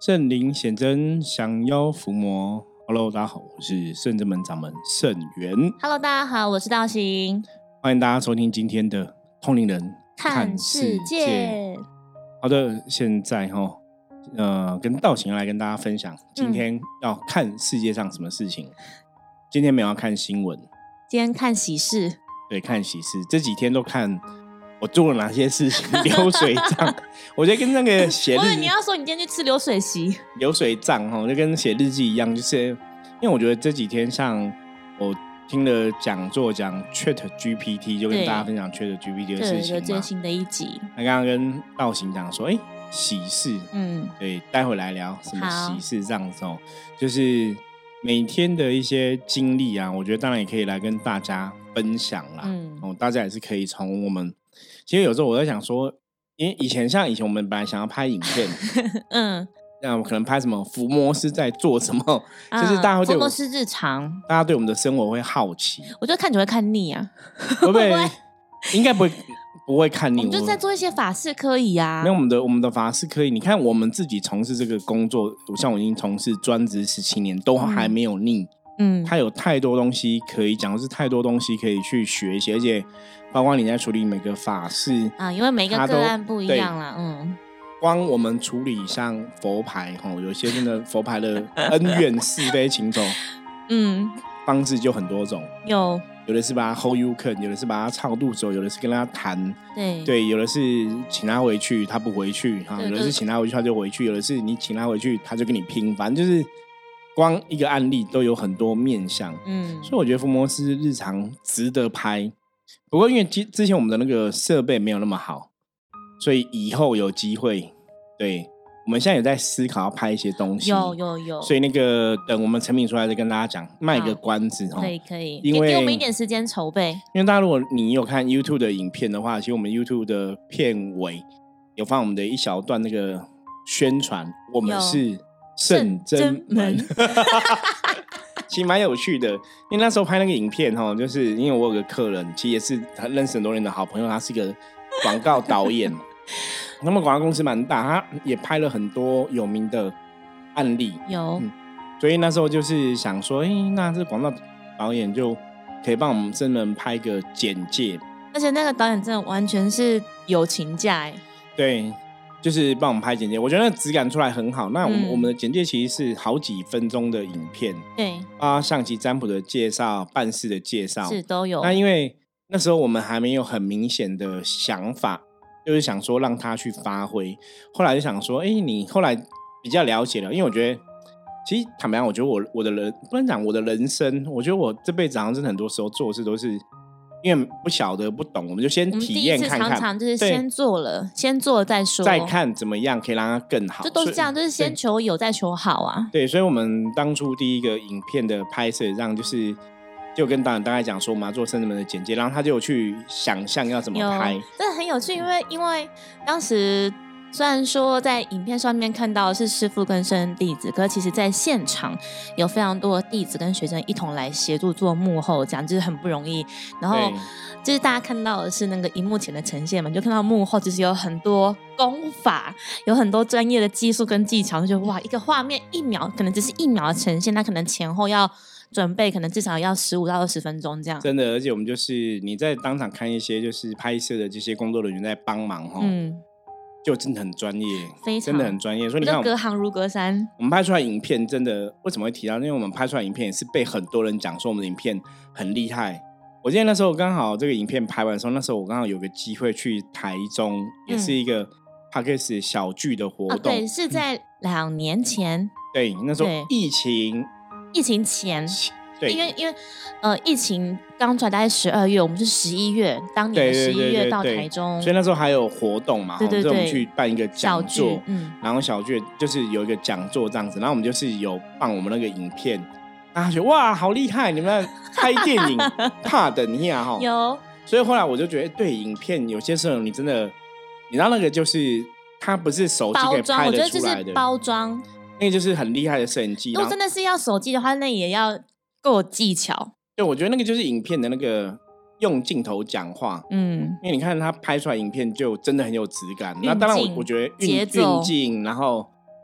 圣灵显真，降妖伏魔。Hello， 大家好，我是圣真门掌门圣元。 Hello， 大家好，我是道行。 欢迎大家收听今天的通灵人看世界。 好的，现在跟道行来跟大家分享，今天要看世界上什么事情。今天没有要看新闻， 今天看喜事。 对，看喜事。这几天都看我做了哪些事情，流水账。我觉得跟那个写日记， 你要说你今天去吃流水席， 流水账就跟写日记一样，就是因为我觉得这几天像我听了讲座讲 ChatGPT， 就跟大家分享 ChatGPT 的事情嘛。 最新的一集。 那刚刚跟道行讲说，喜事，对，待会来聊什么喜事这样子就是每天的一些经历啊，我觉得当然也可以来跟大家分享啦。大家也是可以从我们，其实有时候我在想说，因为以前我们本来想要拍影片，那我可能拍什么伏魔师在做什么，就是大家会对伏魔师日常， 大家对我们的生活会好奇。 我觉得看久会看腻啊， 会不会？应该不会看腻。 我们就在做一些法事可以啊。 没有我们的法事可以，你看我们自己从事这个工作，像我已经从事专职17年，都还没有腻。它有太多东西可以讲，是太多东西可以去学习，而且包括你在处理每个法事啊，因为每个个案不一样啦。 光我们处理像佛牌有些真的佛牌的恩怨是非情仇，方式就很多种。有的是把他 hold you can， 有的是把他超度走，有的是跟他谈，对，有的是请他回去他不回去，有的是请他回去他就回去，有的是你请他回去他就跟你拼，反正就是光一个案例都有很多面向。所以我觉得伏魔师日常值得拍。不过因为之前我们的那个设备没有那么好，所以以后有机会，对，我们现在有在思考要拍一些东西。 有。 所以那个等我们成品出来再跟大家讲，卖个关子。 可以， 因为给我们一点时间筹备。 因为大家如果你有看 YouTube 的影片的话，其实我们 YouTube 的片尾有放我们的一小段那个宣传，我们是圣真门。其实蛮有趣的，因为那时候拍那个影片就是因为我有个客人，其实也是他认识很多人的好朋友，他是一个广告导演。他们广告公司蛮大，他也拍了很多有名的案例。所以那时候就是想说，那这广告导演就可以帮我们真人拍个简介。 而且那个导演真的完全是友情价对，就是帮我们拍简介，我觉得那质感出来很好。那我们的简介其实是好几分钟的影片， 对象棋占卜的介绍、办事的介绍是都有。 那因为那时候我们还没有很明显的想法，就是想说让他去发挥。后来就想说，你后来比较了解了，因为我觉得，其实坦白讲，我觉得我的人不能讲我的人生，我觉得我这辈子好像真的很多时候做的事都是因为不晓得不懂，我们就先体验看看。 第一次常常就是先做了再说， 再看怎么样可以让它更好。 就都是这样，就是先求有再求好啊。 对，所以我们当初第一个影片的拍摄，让就跟导演大概讲说我们要做圣真门的简介，然后他就有去想象要怎么拍。 真的很有趣，因为当时虽然说在影片上面看到的是师父跟圣人弟子，可是其实在现场有非常多的弟子跟学生一同来协助做幕后，这样就是很不容易。然后就是大家看到的是那个荧幕前的呈现嘛，就看到幕后其实有很多功法，有很多专业的技术跟技巧，就觉得哇，一个画面1秒可能只是1秒的呈现，那可能前后要准备可能至少要15到20分钟这样。 真的，而且我们就是你在当场看一些就是拍摄的这些工作人员在帮忙就真的很专业， 非常真的很专业。所以你看， 隔行如隔山。 我们拍出来影片真的为什么会提到？因为我们拍出来影片也是被很多人讲说我们的影片很厉害。我记得那时候刚好这个影片拍完的时候，那时候我刚好有个机会去台中，也是一个 Podcast 小聚的活动。 对，是在2年前。 对，那时候疫情前。对， 因为疫情刚出来大概12月，我们是11月，当年的11月到台中， 所以那时候还有活动嘛，所以我们去办一个讲座，然后小聚就是有一个讲座这样子，然后我们就是有放我们那个影片，大家觉得哇好厉害，你们拍电影怕等一下有， 所以后来我就觉得对影片有些时候你真的，你知道那个就是它不是手机可以拍得出来的， 我觉得就是包装， 那个就是很厉害的摄影机。 如果真的是要手机的话，那也要够有技巧。 对，我觉得那个就是影片的那个用镜头讲话，因为你看他拍出来影片就真的很有质感。那当然我觉得运镜，然后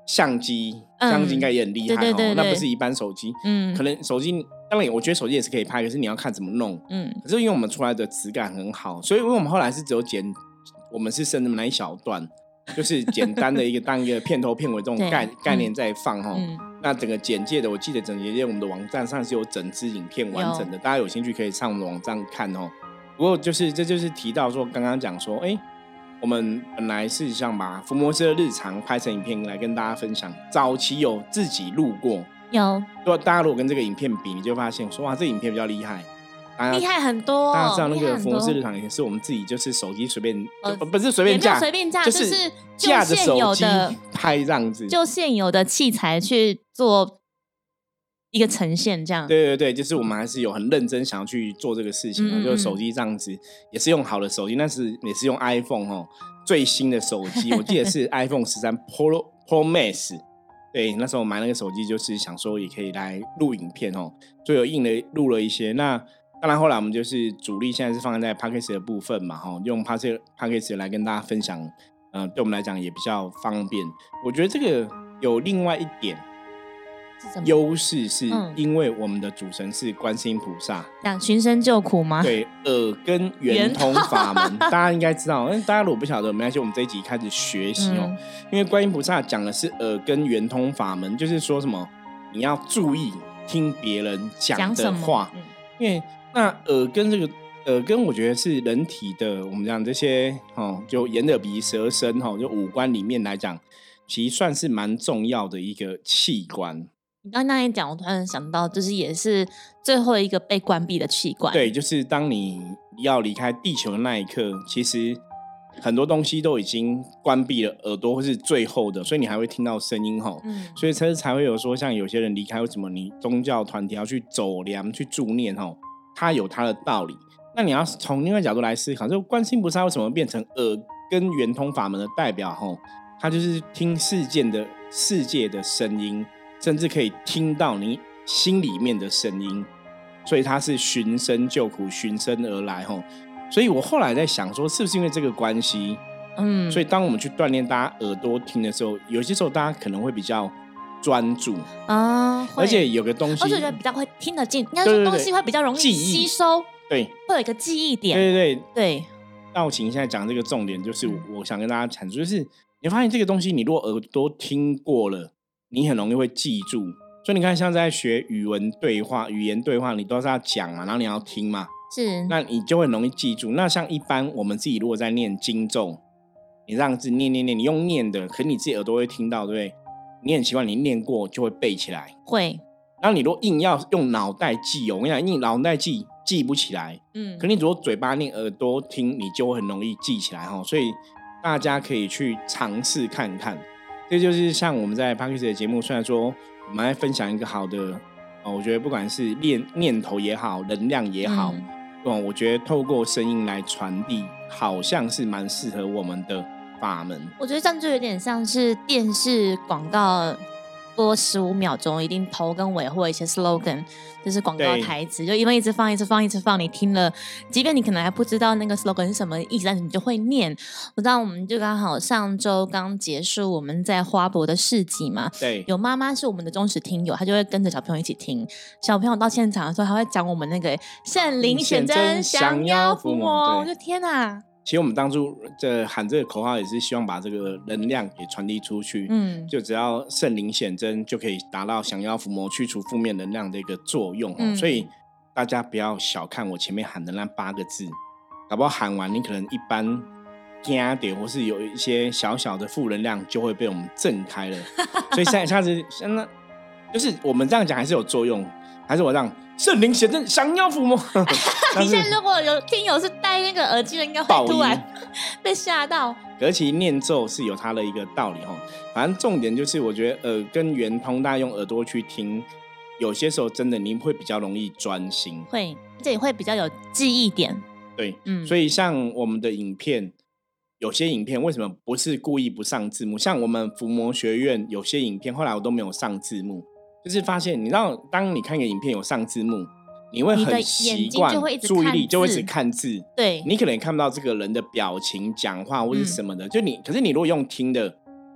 相机应该也很厉害对，那不是一般手机。可能手机当然我觉得手机也是可以拍，可是你要看怎么弄。可是因为我们出来的质感很好，所以因为我们后来是只有剪，我们是剩那么那一小段，就是简单的一个当一个片头片尾这种概念在放那整个简介的，我记得整个简介我们的网站上是有整支影片完整的，大家有兴趣可以上我们的网站看不过这就是提到说，刚刚讲说我们本来是想把福摩斯的日常拍成影片来跟大家分享，早期有自己录过， 有， 大家如果跟这个影片比，你就发现说哇，这影片比较厉害， 厉害很多。 大家知道那个福摩斯日常也是我们自己就是手机随便，不是随便架，就是架着手机拍这样子， 就现有的器材去做一个呈现这样。 对，就是我们还是有很认真想要去做这个事情就是手机这样子也是用好的手机，但是也是用 iPhone 最新的手机我记得是 iPhone 13 Pro Max。 对，那时候买那个手机就是想说也可以来录影片所以有硬的录了一些。那当然后来我们就是主力现在是放在 Podcast 的部分嘛用 Podcast 来跟大家分享对我们来讲也比较方便。我觉得这个有另外一点优势是因为我们的主神是观世音菩萨， 讲寻声救苦吗？ 对，耳根圆通法门大家应该知道，大家如果不晓得没关系，我们这一集开始学习因为观音菩萨讲的是耳根圆通法门，就是说什么你要注意听别人讲的话因为那耳根这个耳根我觉得是人体的我们讲这些就眼耳鼻舌身就五官里面来讲其实算是蛮重要的一个器官。 你刚刚那一讲我突然想到就是也是最后一个被关闭的器官。 对，就是当你要离开地球的那一刻，其实很多东西都已经关闭了，耳朵会是最后的，所以你还会听到声音所以才会有说像有些人离开为什么你宗教团体要去走梁去助念它有它的道理。那你要从另外角度来思考，就观世音菩萨为什么变成耳根圆通法门的代表它就是听世界的声音，甚至可以听到你心里面的声音，所以它是寻声救苦，寻声而来所以我后来在想说是不是因为这个关系所以当我们去锻炼大家耳朵听的时候，有些时候大家可能会比较专注而且有个东西， 而且觉得比较会听得进，应该说东西会比较容易吸收， 对， 会有一个记忆点。对， 道晴现在讲这个重点就是我想跟大家阐述，就是你发现这个东西你如果耳朵听过了，你很容易会记住。所以你看像在学语言对话你都是要讲嘛，然后你要听嘛， 是， 那你就会容易记住。那像一般我们自己如果在念经咒，你这样子念，你用念的，可是你自己耳朵会听到，对不对？你很习惯，你念过就会背起来， 会。 然后你如果硬要用脑袋记我跟你讲，你脑袋记不起来可你如果嘴巴念耳朵听，你就会很容易记起来所以大家可以去尝试看看。这就是像我们在 Podcast 的节目，虽然说我们来分享一个好的我觉得不管是念头也好，能量也好我觉得透过声音来传递好像是蛮适合我们的法门。 我觉得这样就有点像是电视广告多15秒钟，一定头跟尾或一些 slogan， 就是广告台词，就因为一直放，你听了，即便你可能还不知道那个 slogan 是什么意思，但是你就会念。我知道我们就刚好上周刚结束我们在花博的市集嘛， 对， 有妈妈是我们的忠实听友，她就会跟着小朋友一起听，小朋友到现场的时候，她会讲我们那个圣灵显真降妖伏魔，我就天哪！ 其实我们当初喊这个口号也是希望把这个能量给传递出去就只要圣灵显真就可以达到降妖伏魔驱除负面能量的一个作用所以大家不要小看我前面喊的那8个字，搞不好喊完你可能一般惊到或是有一些小小的负能量就会被我们震开了所以下次就是我们这样讲还是有作用，还是我让圣灵显真降妖伏魔你现在如果有听友是戴那个耳机的，应该会突然被吓到。 而且念咒是有它的一个道理反正重点就是我觉得耳根圆通，大家用耳朵去听，有些时候真的你会比较容易专心， 会，而且也会比较有记忆点。 对所以像我们的影片，有些影片为什么不是故意不上字幕，像我们伏魔学院有些影片后来我都没有上字幕，就是发现你知道当你看一个影片有上字幕，你会很习惯，注意力就会一直看字， 对， 你可能看不到这个人的表情、讲话或是什么的可是你如果用听的，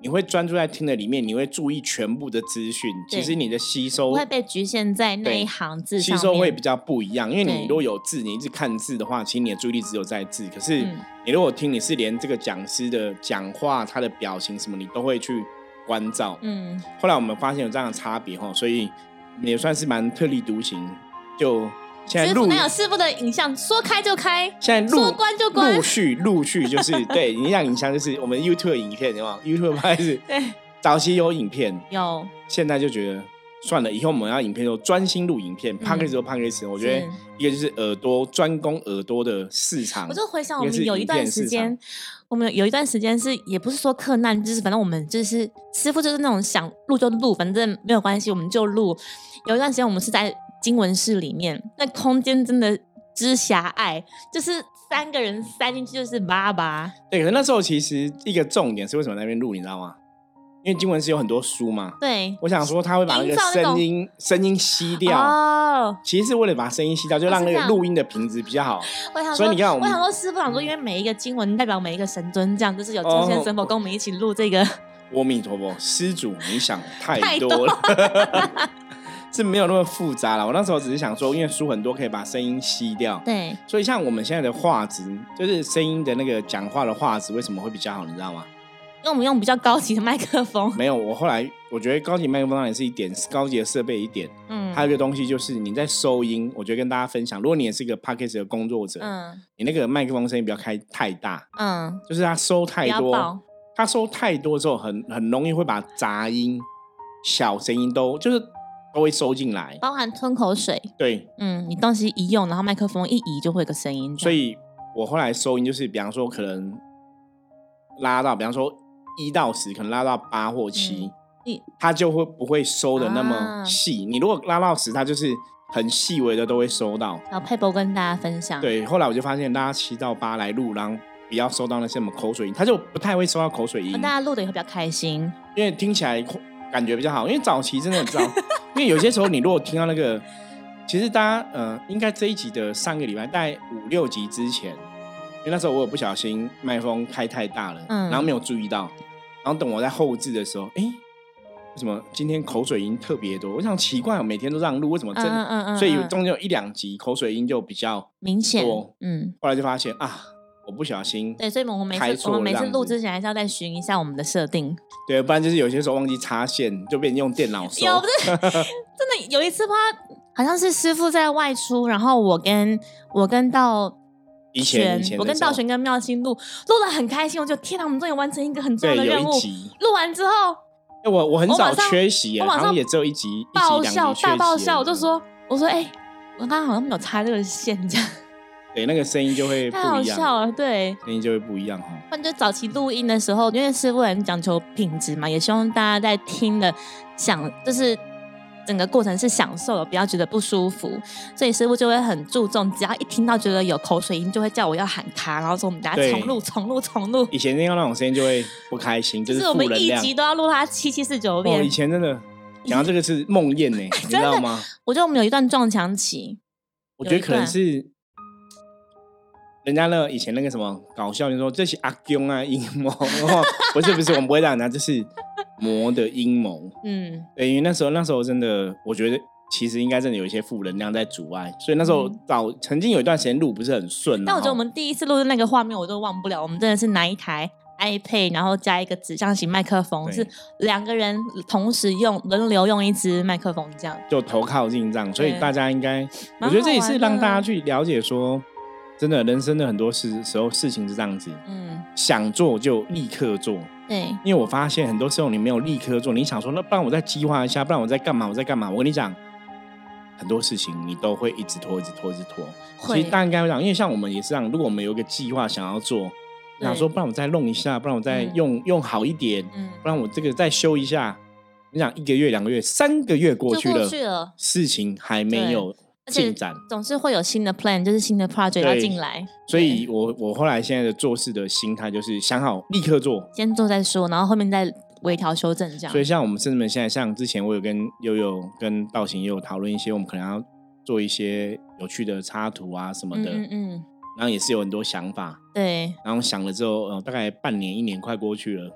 你会专注在听的里面，你会注意全部的资讯，其实你的吸收不会被局限在那一行字上面， 吸收会比较不一样。因为你如果有字，你一直看字的话，其实你的注意力只有在字。可是你如果听，你是连这个讲师的讲话、他的表情什么，你都会去关照。后来我们发现有这样的差别，所以也算是蛮特立独行。就现在那有师傅的影像，说开就开， 现在说关就关， 陆续就是对你讲影像，就是我们 YouTube 的影片，有没有 ？YouTube 拍是早期有影片， 有， 现在就觉得算了，以后我们要影片就专心录影片 ，Podcast 就 Podcast。我觉得一个就是耳朵专攻耳朵的市场， 我就回想我们有一段时间，是也不是说克难，就是反正我们就是师傅就是那种想录就录，反正没有关系，我们就录。有一段时间我们是在经文室里面，那空间真的之狭隘，就是3个人塞进去就是巴巴。 对，可是那时候其实一个重点是为什么在那边录，你知道吗？因为经文室有很多书嘛。 对， 我想说他会把那个声音吸掉。其实是为了把声音吸掉，就让那个录音的品质比较好。所以你看，我想说师父想说，因为每一个经文代表每一个神尊，这样就是有众仙神佛跟我们一起录这个。 阿弥陀佛，施主你想太多了。是没有那么复杂啦。我那时候只是想说，因为书很多，可以把声音吸掉。 对， 所以像我们现在的画质，就是声音的那个讲话的画质，为什么会比较好？你知道吗？ 因为我们用比较高级的麦克风。 没有，我后来我觉得高级麦克风当然是一点，高级的设备一点。还有一个东西就是你在收音，我觉得跟大家分享，如果你也是一个 podcast 的工作者，你那个麦克风声音不要开太大，就是它收太多，它收太多之后很容易会把杂音、小声音都会收进来， 包含吞口水。 对， 你东西一用，然后麦克风一移，就会有个声音。 所以我后来收音就是，比方说可能拉到，比方说1到10，可能拉到8或7，它就会不会收的那么细。你如果拉到10，它就是很细微的都会收到。 然后佩博跟大家分享。 对，后来我就发现拉7到8来录，然后不要收到那些什么口水音，它就不太会收到口水音。 大家录的也会比较开心， 因为听起来感觉比较好。因为早期真的很糟，因为有些时候你如果听到那个，其实大家应该这一集的上个礼拜，大概5、6集之前，因为那时候我有不小心麦克风开太大了，然后没有注意到，然后等我在后置的时候，为什么今天口水音特别多？我想奇怪，我每天都这样录，为什么所以中间有1、2集口水音就比较明显。 后来就发现我不小心对，所以我们每次录之前还是要再寻一下我们的设定。 对，不然就是有些时候忘记插线，就变成用电脑收。 有不是真的有一次吧，好像是师父在外出，然后我跟道玄，我跟道玄跟妙心录得很开心，我就天哪，我们终于完成一个很重要的任务。录完之后， 我很少缺席， 我马上也只有1集爆笑，大爆笑，我说我刚刚好像没有插这个线这样。 对，那个声音就会不一样， 太好笑了。对， 声音就会不一样哈。 不然就早期录音的时候，因为师父很讲求品质嘛，也希望大家在听的就是整个过程是享受的，不要觉得不舒服，所以师父就会很注重，只要一听到觉得有口水音，就会叫我要喊卡，然后说我们大家重录。以前听到那种声音就会不开心，就是我们1集都要录它7749遍。 以前真的讲到这个是梦魇呢，你知道吗？ 我觉得我们有一段撞墙期， 我觉得可能是人家以前那个什么搞笑，就说这是阿公啊阴谋，不是，我们不会这样讲，这是魔的阴谋。对，因为那时候真的，我觉得其实应该真的有一些负能量在阻碍，所以那时候曾经有一段时间录不是很顺。 但我觉得我们第一次录的那个画面我都忘不了，我们真的是拿一台 iPad， 然后加一个指向型麦克风，是2个人同时轮流用一支麦克风，这样就头靠近这样，所以大家应该，我觉得这也是让大家去了解说。真的，人生的很多时候事情是这样子，想做就立刻做。 对， 因为我发现很多时候你没有立刻做，你想说那不然我再计划一下，不然我在干嘛？我跟你讲，很多事情你都会一直拖。其实大家应该会讲，因为像我们也是这样，如果我们有一个计划想要做，想说不然我再弄一下，不然我再用好一点，不然我这个再修一下。你想1个月、2个月、3个月过去了，事情还没有进展， 总是会有新的 plan， 就是新的 project 要进来。 所以我后来现在的做事的心态就是想好立刻做， 先做再说，然后后面再微调修正这样。 所以像我们甚至们现在，像之前我有跟悠悠跟道行也有讨论一些，我们可能要做一些有趣的插图啊什么的，然后也是有很多想法。 对， 然后想了之后，大概半年1年快过去了，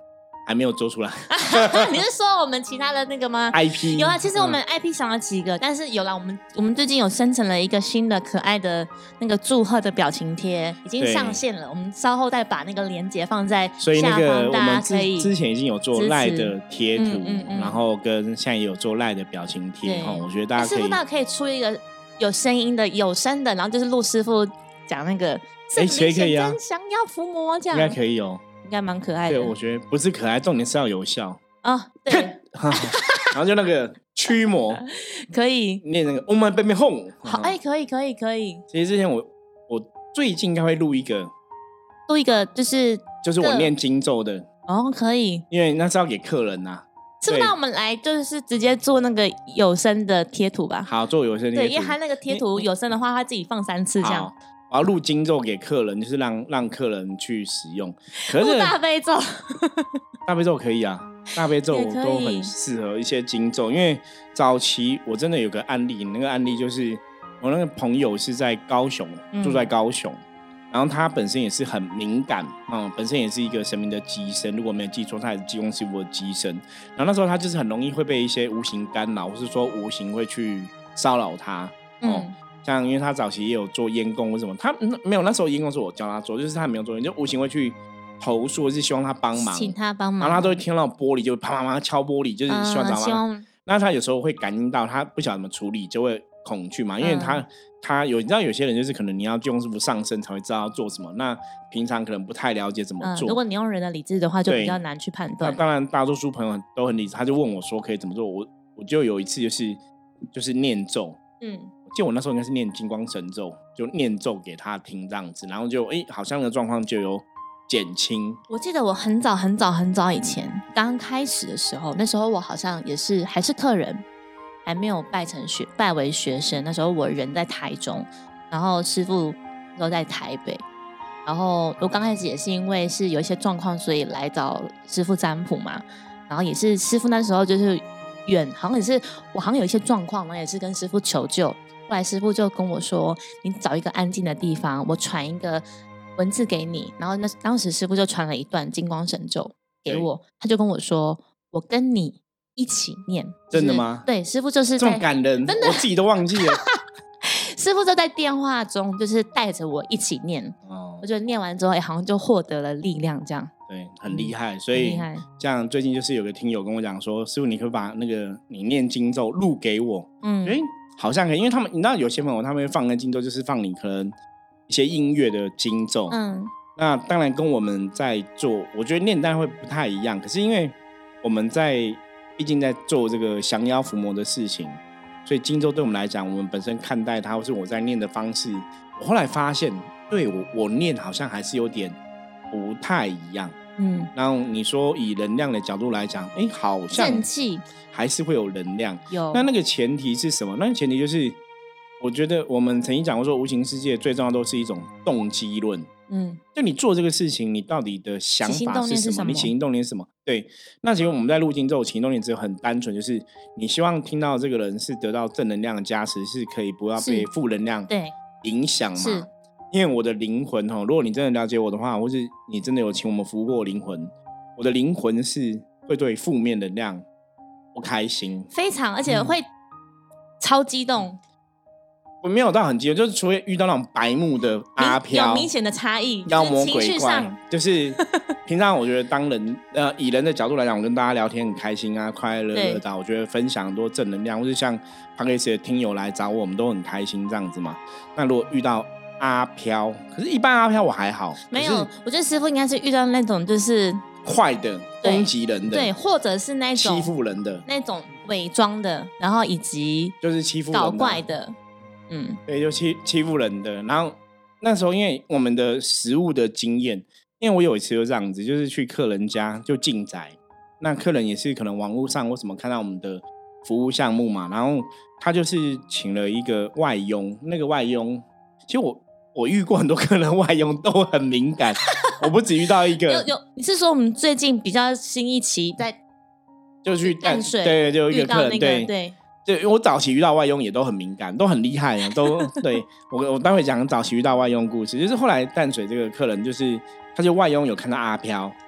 还没有做出来。 你是说我们其他的那个吗 ？IP 有啊，其实我们 IP 想了几个，但是有啦，我们最近有生成了一个新的可爱的那个祝贺的表情贴，已经上线了。我们稍后再把那个链接放在下方， 所以那个我们可以之前已经有做赖的贴图，然后跟现在也有做赖的表情贴。我觉得大家可以， 师傅大家可以出一个有声音的、有声的，然后就是陆师傅讲那个， 谁可以啊？ 降妖伏魔这样， 应该可以哦。 应该蛮可爱的。 对，我觉得不是可爱，重点是要有效啊。对， 然后就那个驱魔， 可以念那个 Oh my baby home。 好，可以。 其实之前我最近应该会录一个，就是我念经咒的哦，可以， 因为那是要给客人呐。 是不是？那我们来就是直接做那个有声的贴图吧。 好，做有声贴图。 对，因为他那个贴图有声的话，他自己放3次这样。 我要录经咒给客人，就是让客人去使用。可是录大悲咒， 大悲咒可以啊，大悲咒都很适合一些经咒。因为早期我真的有个案例，那个案例就是我那个朋友是在高雄，住在高雄，然后他本身也是很敏感，本身也是一个神明的机身，如果没有记错，他也是济公师傅的机身。然后那时候他就是很容易会被一些无形干扰，或是说无形会去骚扰他。像因为他早期也有做烟供或什么，他没有，那时候烟供是我教他做，就是他没有做，就无形会去投诉，或是希望他帮忙， 请他帮忙， 然后他都会听到玻璃就啪啪啪敲玻璃，就是希望找忙。那他有时候会感应到，他不晓得怎么处理，就会恐惧嘛，因为他你知道有些人就是可能你要济公师傅上身才会知道要做什么，那平常可能不太了解怎么做。 如果你用人的理智的话，就比较难去判断。 那当然，大多数朋友都很理智，他就问我说可以怎么做，我就有一次就是念咒，我记得我那时候应该是念金光神咒，就念咒给他听这样子，然后就好像那个状况就有减轻。 我记得我很早以前刚开始的时候，那时候我好像也是还是客人，还没有拜为学生。那时候我人在台中，然后师父都在台北，然后我刚开始也是因为是有一些状况，所以来找师父占卜嘛。然后也是师父那时候就是好像也是我好像有一些状况，然后也是跟师父求救。后来师父就跟我说，你找一个安静的地方，我传一个文字给你。然后当时师父就传了一段金光神咒给我，他就跟我说，我跟你一起念。 真的吗？ 对，师父就是这么感人，真的我自己都忘记了。 师父就在电话中就是带着我一起念，我觉得念完之后好像就获得了力量这样。 对，很厉害。所以像最近就是有个听友跟我讲说，师父你可以把那个你念经咒录给我。好像可以，因为他们你知道有些朋友他们会放的经咒就是放你可能一些音乐的经咒，那当然跟我们在做，我觉得念当然会不太一样，可是因为我们毕竟在做这个降妖伏魔的事情，所以经咒对我们来讲，我们本身看待它或是我在念的方式，我后来发现对我念好像还是有点不太一样。然后你说以能量的角度来讲，好像正气还是会有能量。 有那个前提是什么？那个前提就是我觉得我们曾经讲过说，无形世界最重要都是一种动机论。就你做这个事情，你到底的想法是什么？你起心动念是什么？对。那其实我们在录经咒，起心动念只有很单纯，就是你希望听到这个人是得到正能量的加持，是可以不要被负能量影响嘛。是。因为我的灵魂如果你真的了解我的话，或是你真的有请我们服务过灵魂，我的灵魂是会对负面能量不开心， 非常，而且会超激动。 我没有到很激动，就是除非遇到那种白目的阿飘， 有明显的差异， 妖魔鬼怪，就是平常我觉得当人以人的角度来讲，我跟大家聊天很开心啊，快乐乐的，我觉得分享很多正能量，或是像 Podcast 的听友来找我们都很开心这样子嘛。那如果遇到阿飘，可是一般阿飘我还好， 没有，我觉得师父应该是遇到那种就是坏的攻击人的， 对，或者是那种欺负人的那种伪装的，然后以及就是欺负人的搞怪的， 对，就欺负人的。然后那时候因为我们的实务的经验，因为我有一次就这样子，就是去客人家就进宅，那客人也是可能网络上或什么看到我们的服务项目嘛，然后他就是请了一个外佣，那个外佣其实我遇过很多客人外佣都很敏感，我不止遇到一个。 你是说我们最近比较新一期在就去淡水， 对，就一个客人，对，我早期遇到外佣也都很敏感，都很厉害啊，都对我待会讲早期遇到外佣故事，就是后来淡水这个客人就是他就外佣有看到阿飘，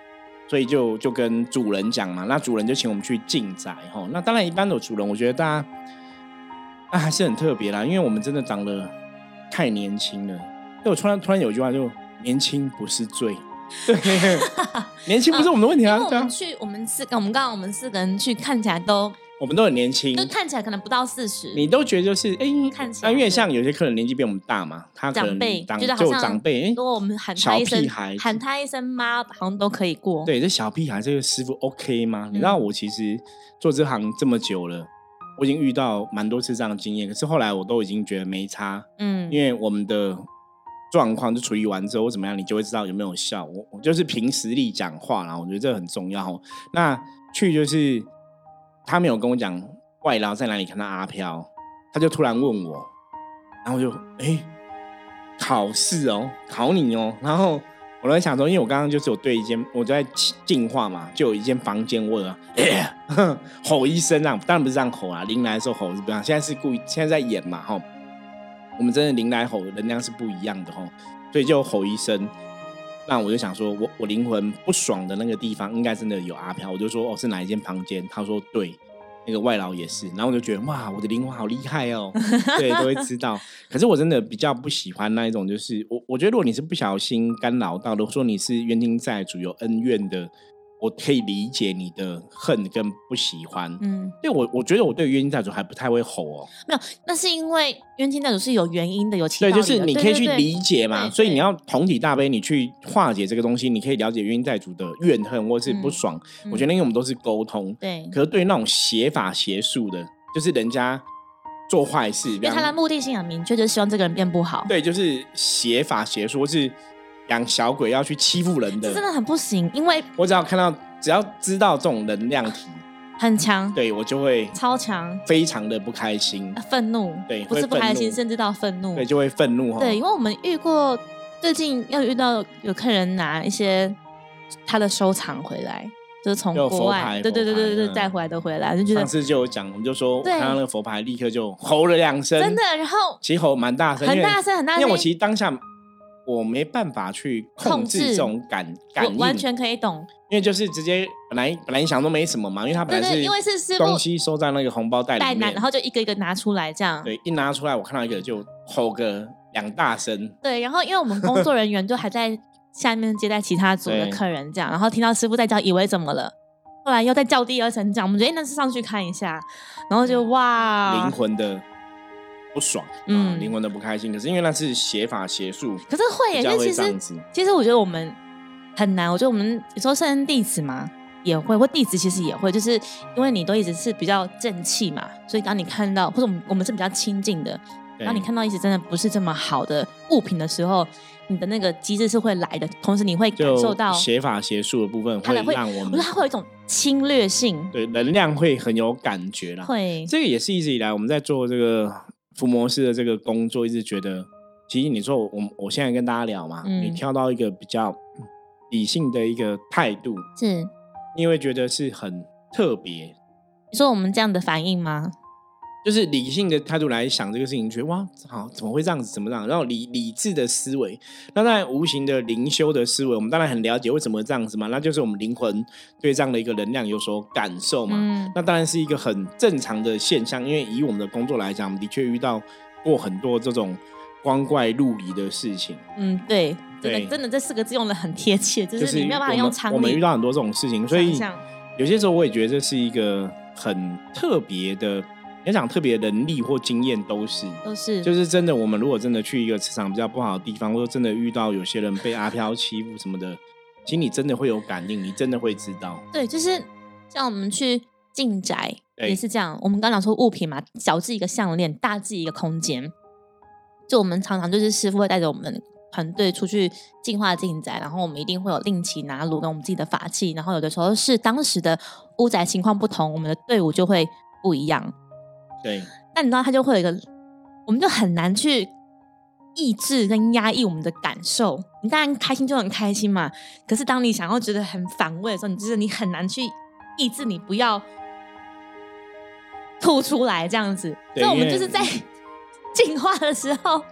所以就跟主人讲嘛，那主人就请我们去进宅那当然一般的主人我觉得大家还是很特别啦，因为我们真的长得太年轻了。我突然有一句话，就年轻不是罪。对，年轻不是我们的问题啊。 我们刚刚我们四个人去，看起来我们都很年轻， 就看起来可能不到40， 你都觉得就是看起来， 因为像有些客人年纪比我们大嘛，他可能觉得好像长辈， 如果我们喊他一声妈，好像都可以过。 对，这小屁孩这个师傅 OK 吗？你知道我其实做这行这么久了，我已经遇到蛮多次这样的经验，可是后来我都已经觉得没差，因为我们的状况就处理完之后怎么样，你就会知道有没有效。我就是凭实力讲话啦，我觉得这很重要。那去就是他没有跟我讲外劳在哪里看到阿飘，他就突然问我，然后我就考试考你然后我在想说，因为我刚刚就是有对一间，我在净化嘛，就有一间房间，我吼一声啊，当然不是这样吼啦，临来的时候吼是不一样，现在是故意，现在在演嘛我们真的临来吼能量是不一样的所以就吼一声，那我就想说我灵魂不爽的那个地方应该真的有阿飘，我就说是哪一间房间，他说对，那个外劳也是，然后我就觉得哇，我的灵魂好厉害对，都会知道。可是我真的比较不喜欢那一种，就是我觉得如果你是不小心干扰到的，说你是冤亲债主有恩怨的，我可以理解你的恨跟不喜欢。对，我觉得我对冤亲债主还不太会吼没有，那是因为冤亲债主是有原因的，有其道理的。 对，就是你可以去理解嘛，对对对，所以你要同体大悲，你去化解这个东西，你可以了解冤亲债主的怨恨或是不爽。我觉得因为我们都是沟通，对。可是对于那种邪法邪术的，就是人家做坏事，因为他的目的性很明确，就是希望这个人变不好。 对，就是邪法邪术，或是养小鬼要去欺负人的， 这真的很不行。因为我只要知道这种能量体很强， 对，我就会超强， 非常的不开心、 愤怒。对，不是不开心，甚至到愤怒。 对，就会愤怒。 对，因为我们遇过，最近要遇到有客人拿一些他的收藏回来，就是从国外，对带回来的回来，就觉得上次就有讲，我们就说看到那个佛牌，立刻就吼了2声， 真的。然后其实吼蛮大声， 很大声， 因为我其实当下我没办法去控制这种感应， 完全可以懂。因为就是直接本来想都没什么嘛，因为他本来是因为是师父东西收在那个红包袋里面， 然后就一个一个拿出来这样。 对，一拿出来我看到一个就吼个2大声。 对，然后因为我们工作人员就还在下面接待其他组的客人这样，然后听到师父在叫，以为怎么了，后来又在叫第2声这样，我们觉得那是上去看一下，然后就哇， 灵魂的不爽，灵魂的不开心。可是因为那是邪法邪术， 可是会耶，因为其实我觉得我们很难。我觉得我们有时候圣人弟子嘛也会，或弟子其实也会，就是因为你都一直是比较正气嘛，所以当你看到或者我们是比较亲近的，当你看到一直真的不是这么好的物品的时候，你的那个机制是会来的，同时你会感受到邪法邪术的部分会让我们， 它会有一种侵略性， 对，能量会很有感觉啦。 会， 这个也是一直以来我们在做这个伏魔师的这个工作，一直觉得，其实你说我现在跟大家聊嘛，你跳到一个比较理性的一个态度， 是你会觉得是很特别。 你说我们这样的反应吗？ 就是理性的态度来想这个事情，觉得哇，好，怎么会这样子？怎么这样？然后理智的思维，那当然无形的灵修的思维，我们当然很了解为什么这样子嘛，那就是我们灵魂对这样的一个能量有所感受嘛。那当然是一个很正常的现象，因为以我们的工作来讲，我们的确遇到过很多这种光怪陆离的事情。 对，真的这4个字用得很贴切，就是你没有办法用常理。 我们遇到很多这种事情，所以有些时候我也觉得这是一个很特别的。你讲特别能力或经验都是，就是真的。我们如果真的去一个磁场比较不好的地方，或者真的遇到有些人被阿飘欺负什么的，其实你真的会有感应，你真的会知道。 对，就是像我们去进宅也是这样。我们刚讲说物品嘛，小至一个项链，大至一个空间。就我们常常就是师父会带着我们团队出去净化进宅，然后我们一定会有令旗拿炉跟我们自己的法器，然后有的时候是当时的屋宅情况不同，我们的队伍就会不一样。 对， 但你知道他就会有一个，我们就很难去抑制跟压抑我们的感受。你当然开心就很开心嘛，可是当你想要觉得很反胃的时候，你很难去抑制，你不要吐出来这样子。所以我们就是在进化的时候，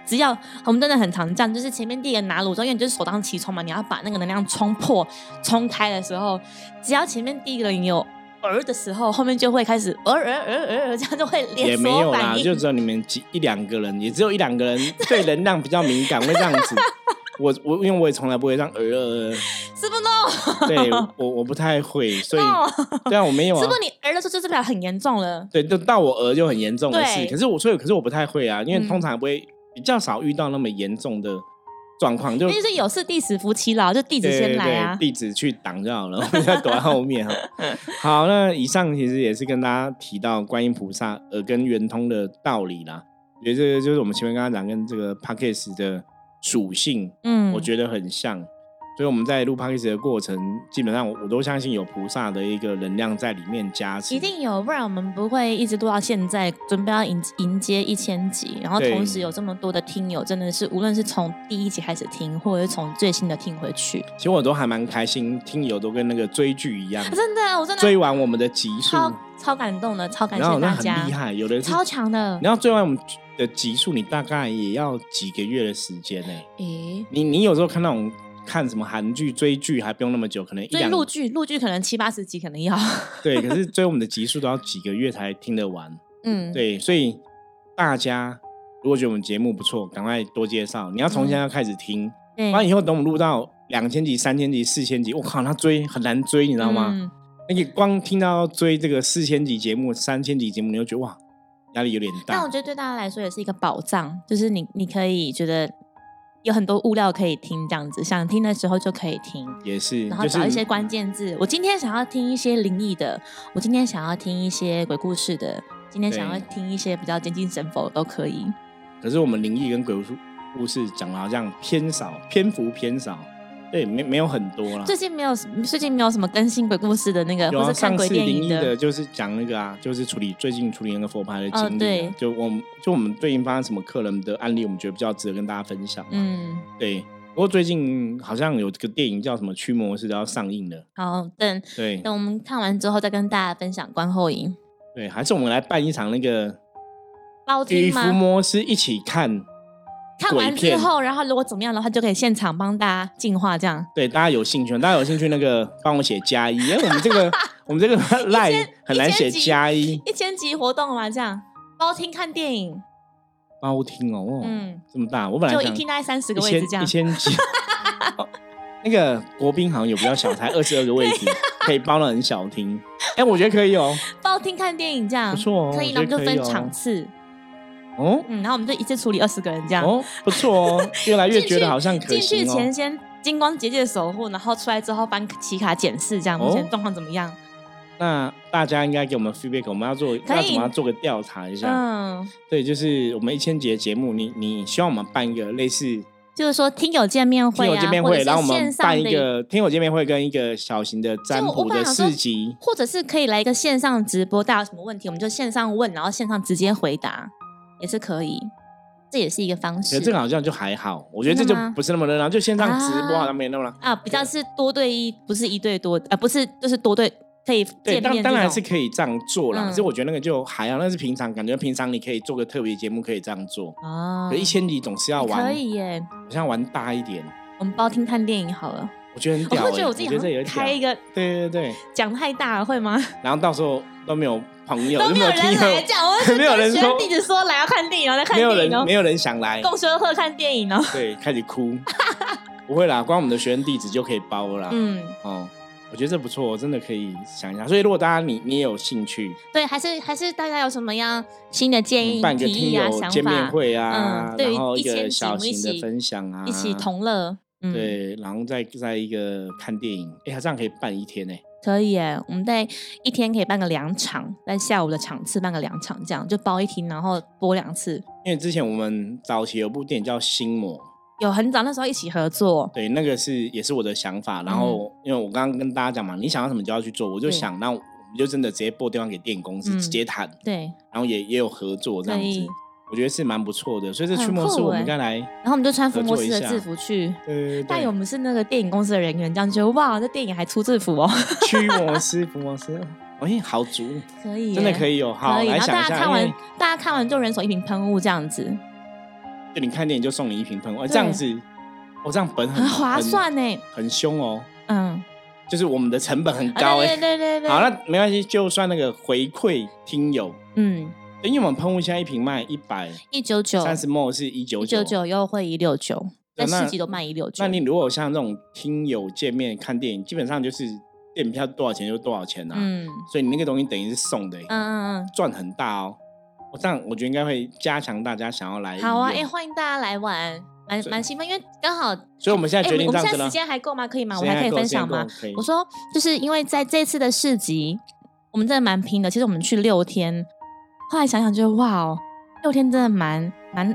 只要我们真的很常这样，就是前面第一个拿炉之后，因为你就是首当其冲嘛，你要把那个能量冲破、冲开的时候，只要前面第一个人有的时候，后面就会开始这样就会连锁反应。也没有啦， 就只有你们一两个人，也只有一两个人对能量比较敏感，会这样子。我因为我也从来不会这样是不no？ 对，我不太会，所以对啊，我没有啊。 是不是你的时候就代表很严重了？ 对，就到我就很严重的事。可是我不太会啊，因为通常不会比较少遇到那么严重的状况， 就是有事弟子夫妻啦，就弟子先来啊， 弟子去挡就好了，我们要躲在后面。好，那以上其实也是跟大家提到观音菩萨耳根圆通的道理啦。我觉得这个就是我们前面刚刚讲跟这个 Podcast 的属性，我觉得很像，所以我们在录 Podcast 的过程，基本上我都相信有菩萨的一个能量在里面加持， 一定有，不然我们不会一直录到现在，准备要迎接1000集，然后同时有这么多的听友，真的是无论是从第1集开始听，或者是从最新的听回去， 其实我都还蛮开心，听友都跟那个追剧一样， 真的，我真的追完我们的集数， 超感动的，超感谢大家， 很厉害，有的超强的， 然后追完我们的集数，你大概也要几个月的时间呢？你有时候看那种看什么韩剧追剧还不用那么久，可能追陆剧可能70-80集可能要对，可是追我们的集数都要几个月才听得完。对，所以大家如果觉得我们节目不错，赶快多介绍。你要从现在开始听，完以后等我们录到2000集、3000集、4000集，我靠，那追很难追，你知道吗？那你光听到追这个4000集节目、3000集节目，你就觉得哇，压力有点大。 但我觉得对大家来说也是一个宝藏，就是你可以觉得有很多物料可以听，这样子想听的时候就可以听， 也是， 然后找一些关键字。我今天想要听一些灵异的，我今天想要听一些鬼故事的，今天想要听一些比较接近神佛都可以。 可是我们灵异跟鬼故事讲的好像偏少，篇幅偏少。对，没有很多啦。最近没有什么更新鬼故事的那个，或是看鬼电影的。上次灵异的就是讲那个啊，就是最近处理那个佛牌的经历。对，就我们最近发生什么客人的案例，我们觉得比较值得跟大家分享。对。不过最近好像有这个电影叫什么《驱魔师》要上映了。好，等我们看完之后再跟大家分享观后影。对，还是我们来办一场那个与伏魔师一起看完之后，然后如果怎么样的话，就可以现场帮大家净化，这样。对，大家有兴趣那个帮我写+1，因为我们这个 LINE 很难写+1。1000集活动嘛，这样包听看电影。包听哦，这么大，我本来就一听大概30个位置这样。1000集，那个国宾好像有比较小台22个位置，可以包得很小听。我觉得可以哦，包听看电影这样不错哦，可以，然后就分场次。然后我们就一次处理20个人这样。不错哦，越来越觉得好像可行哦。进去前先金光结界守护，然后出来之后翻奇卡检视，这样目前状况怎么样？那大家应该给我们 feedback， 我们要怎么做个调查一下？对，就是我们1000集的节目，你希望我们办一个类似，就是说听友见面会啊，然后我们办一个听友见面会跟一个小型的占卜的市集，或者是可以来一个线上直播，大家有什么问题我们就线上问，然后线上直接回答。也是可以，这也是一个方式。这个好像就还好，我觉得这就不是那么热闹，就线上直播好像没那么比较是多对1，不是1对多，不是就是多对可以见面。当然是可以这样做啦，可是我觉得那个就还好，那是平常感觉平常你可以做个特别节目可以这样做可1000集总是要玩，可以耶，好像玩大一点。我们包听看电影好了。我觉得很屌，我觉得我自己好像开一个，对，讲太大了会吗？然后到时候都没有朋友，都没有人来讲，没有人说，弟子说来要看电影哦，在看电影哦，没有人想来共修课看电影哦，对，开始哭，不会啦，光我们的学生弟子就可以包了啦，我觉得这不错，真的可以想一下。所以如果大家你也有兴趣，对，还是大家有什么样新的建议、办个听友见面会啊，然后一个小型的分享啊，一起同乐。对，然后在一个看电影，这样可以办1天呢？可以耶，我们在1天可以办个2场，在下午的场次办个2场，这样就包1厅，然后播2次。因为之前我们早期有部电影叫《心魔》，有很早那时候一起合作。对，那个也是我的想法。然后因为我刚刚跟大家讲嘛，你想要什么就要去做，我就想，那我们就真的直接拨电话给电影公司，直接谈。对，然后也有合作这样子。我觉得是蛮不错的，所以这驱魔师我们应该来，然后我们就穿伏魔师的制服去，对，但我们是那个电影公司的人员，这样觉得哇，这电影还出制服哦，驱魔师、伏魔师，好足，可以，真的可以有，好，来想一下，大家看完就人手1瓶喷雾这样子， 就你看电影就送你1瓶喷雾，这样子，这样本很划算呢， 很凶哦。就是我们的成本很高对。 好，那没关系，就算那个回馈听友，因为我们喷雾现在1瓶卖199，30ml 是199， 优惠169，在市集都卖169。 那你如果像这种听友见面看电影，基本上就是电影票多少钱就多少钱啊。所以你那个东西等于是送的，赚很大哦。这样我觉得应该会加强大家想要来。 好啊，欢迎大家来玩。蛮兴奋，因为刚好， 所以我们现在决定这样子呢。 我们现在时间还够吗？可以吗？我们还可以分享吗？我说，就是因为在这次的市集，我们真的蛮拼的。其实我们去6天，后来想想就哇，6天真的蛮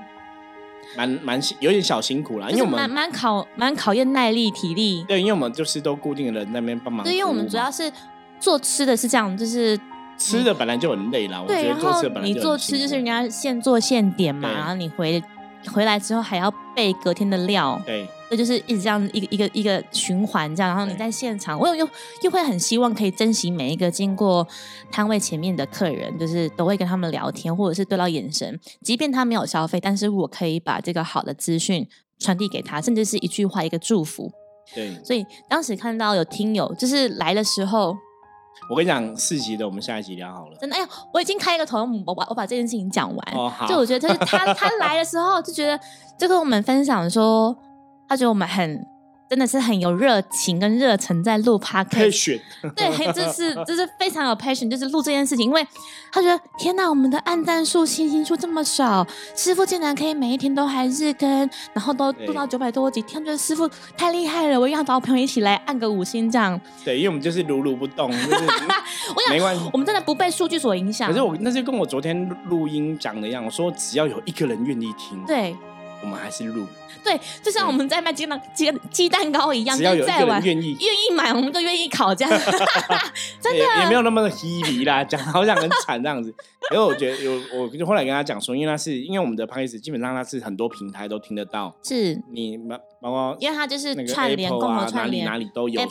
有点小辛苦啦，因为我们蛮考验耐力体力。 对，因为我们就是都固定的人在那边帮忙。 对，因为我们主要是做吃的是这样，就是吃的本来就很累啦。我觉得做吃的本来就很辛苦。 你做吃就是人家现做现点嘛，然后你回来之后还要备隔天的料， 对， 这就是一直这样一个循环这样，然后你在现场，我又会很希望可以珍惜每一个经过摊位前面的客人，就是都会跟他们聊天，或者是对到眼神，即便他没有消费，但是我可以把这个好的资讯传递给他，甚至是一句话一个祝福。 对， 所以当时看到有听友就是来的时候。 我跟你讲，4集的我们下一集聊好了。 真的，我已经开一个头，我把这件事情讲完。 好， 就我觉得就是他来的时候，就觉得就跟我们分享说，他觉得我们真的是很有热情跟热忱在录 podcast， 对，就是非常有 passion， 就是录这件事情，因为他觉得天哪，我们的按赞数、星星数这么少，师父竟然可以每一天都还日更，然后都录到900多集，他觉得师父太厉害了，我一定要找我朋友一起来按个5星这样。 对，因为我们就是如如不动，就是没关系， 我们真的不被数据所影响。 可是那就跟我昨天录音讲的一样，我说只要有一个人愿意听， 对， 我们还是录。 对，就像我们在卖鸡蛋糕一样， 只要有一个人愿意买，我们就愿意烤这样。真的也没有那么稀离啦，讲好像很惨这样子。因为我觉得我就后来跟他讲说，因为我们的 podcast 基本上它是很多平台都听得到， 是你包括因为它就是串联，共同串联， 哪里都有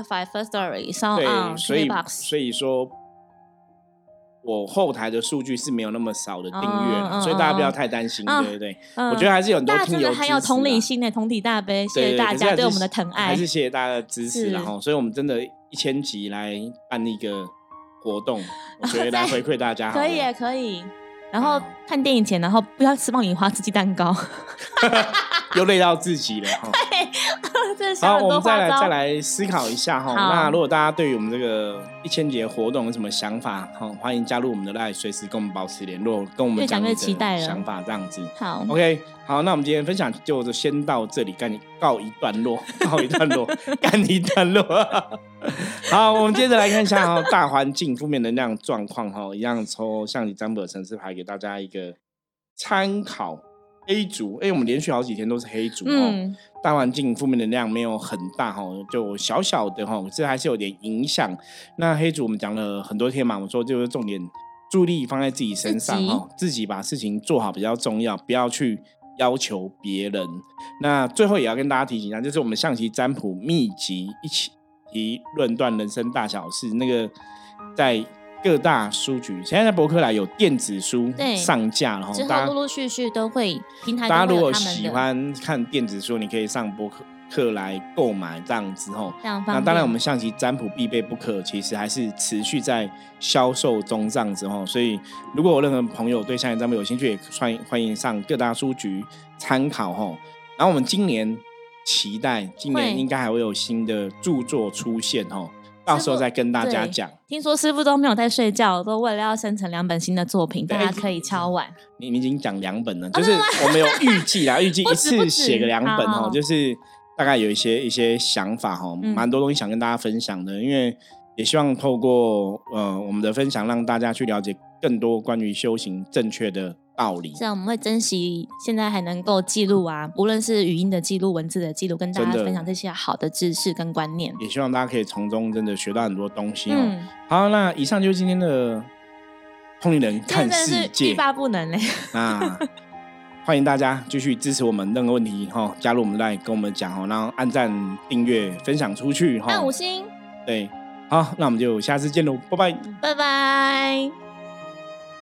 ，Apple、Spotify、Firstory、SoundOn， 所以说。我后台的数据是没有那么少的订阅，所以大家不要太担心，对不对？我觉得还是有很多听友支持， 很有同理心的，同体大悲，谢谢大家对我们的疼爱， 还是谢谢大家的支持，然后，所以我们真的1000集来办一个活动，我觉得来回馈大家， 可以也可以。然后看电影前，然后不要吃爆米花，吃鸡蛋糕， 又累到自己了。 对， 好，我们再来思考一下哈。那如果大家对于我们这个1000集的活动有什么想法，欢迎加入我们的 LINE， 随时跟我们保持联络，跟我们讲你的想法，这样子。 好 ，OK， 好，那我们今天分享就先到这里，告一段落，干一段落。好，我们接着来看一下大环境负面能量状况，一样抽象棋占卜城市牌给大家一个参考。黑竹，我们连续好几天都是黑竹，大环境负面能量没有很大，就小小的，这还是有点影响。那黑竹我们讲了很多天嘛，我说就是重点注意力放在自己身上，自己把事情做好比较重要，不要去要求别人。那最后也要跟大家提醒一下，就是我们象棋占卜秘籍一起论断人生大小事，那个在各大书局，现在在博客来有电子书上架，然后之后陆陆续续都会平台都会有他们的。大家如果喜欢看电子书，你可以上博客来购买这样子吼。 那当然，我们象棋占卜必备不可，其实还是持续在销售中这样子吼。所以，如果有任何朋友对象棋占卜有兴趣，也欢迎上各大书局参考吼。然后我们今年期待，今年应该还会有新的著作出现吼。到时候再跟大家讲。 听说师父都没有在睡觉，都为了要生成2本新的作品，大家可以敲碗。 你已经讲2本了，就是我们有预计啦，预计一次写个2本就是大概有一些想法蛮多东西想跟大家分享的，因为也希望透过我们的分享，让大家去了解更多关于修行正确的道理。 是啊，我们会珍惜现在还能够记录啊，无论是语音的记录、文字的记录，跟大家分享这些好的知识跟观念。 也希望大家可以从中真的学到很多东西好，那以上就是今天的通灵人看世界， 欲罢不能那欢迎大家继续支持我们，任何问题加入我们来跟我们讲然后按赞、订阅、分享出去， 按5星。 对，好，那我们就下次见喽，拜拜， 拜拜。